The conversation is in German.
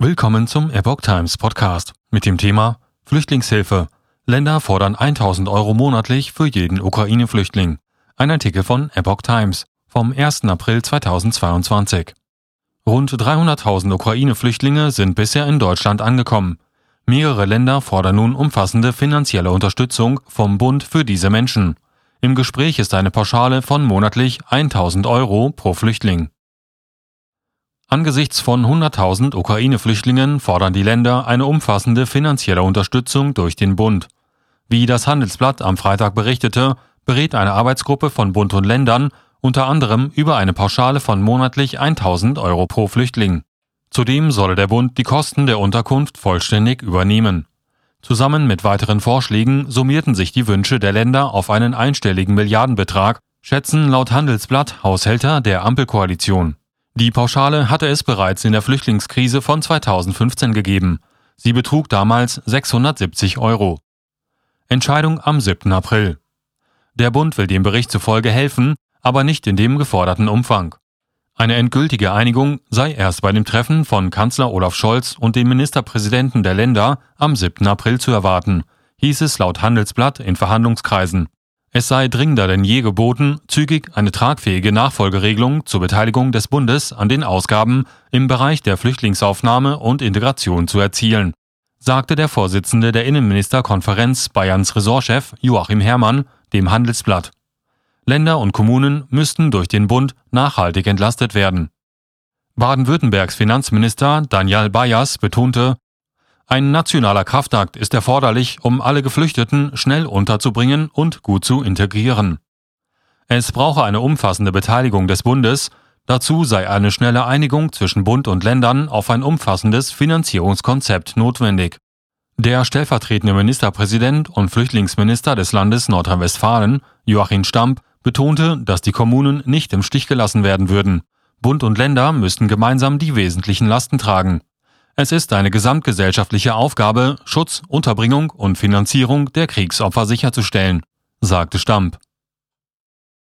Willkommen zum Epoch Times Podcast mit dem Thema Flüchtlingshilfe. Länder fordern 1.000 € monatlich für jeden Ukraine-Flüchtling. Ein Artikel von Epoch Times vom 1. April 2022. Rund 300.000 Ukraine-Flüchtlinge sind bisher in Deutschland angekommen. Mehrere Länder fordern nun umfassende finanzielle Unterstützung vom Bund für diese Menschen. Im Gespräch ist eine Pauschale von monatlich 1.000 € pro Flüchtling. Angesichts von 100.000 Ukraine-Flüchtlingen fordern die Länder eine umfassende finanzielle Unterstützung durch den Bund. Wie das Handelsblatt am Freitag berichtete, berät eine Arbeitsgruppe von Bund und Ländern unter anderem über eine Pauschale von monatlich 1.000 € pro Flüchtling. Zudem solle der Bund die Kosten der Unterkunft vollständig übernehmen. Zusammen mit weiteren Vorschlägen summierten sich die Wünsche der Länder auf einen einstelligen Milliardenbetrag, schätzen laut Handelsblatt Haushälter der Ampelkoalition. Die Pauschale hatte es bereits in der Flüchtlingskrise von 2015 gegeben. Sie betrug damals 670 €. Entscheidung am 7. April. Der Bund will dem Bericht zufolge helfen, aber nicht in dem geforderten Umfang. Eine endgültige Einigung sei erst bei dem Treffen von Kanzler Olaf Scholz und den Ministerpräsidenten der Länder am 7. April zu erwarten, hieß es laut Handelsblatt in Verhandlungskreisen. Es sei dringender denn je geboten, zügig eine tragfähige Nachfolgeregelung zur Beteiligung des Bundes an den Ausgaben im Bereich der Flüchtlingsaufnahme und Integration zu erzielen, sagte der Vorsitzende der Innenministerkonferenz Bayerns Ressortchef Joachim Herrmann dem Handelsblatt. Länder und Kommunen müssten durch den Bund nachhaltig entlastet werden. Baden-Württembergs Finanzminister Daniel Bayers betonte, ein nationaler Kraftakt ist erforderlich, um alle Geflüchteten schnell unterzubringen und gut zu integrieren. Es brauche eine umfassende Beteiligung des Bundes, dazu sei eine schnelle Einigung zwischen Bund und Ländern auf ein umfassendes Finanzierungskonzept notwendig. Der stellvertretende Ministerpräsident und Flüchtlingsminister des Landes Nordrhein-Westfalen, Joachim Stamp, betonte, dass die Kommunen nicht im Stich gelassen werden würden. Bund und Länder müssten gemeinsam die wesentlichen Lasten tragen. Es ist eine gesamtgesellschaftliche Aufgabe, Schutz, Unterbringung und Finanzierung der Kriegsopfer sicherzustellen, sagte Stamp.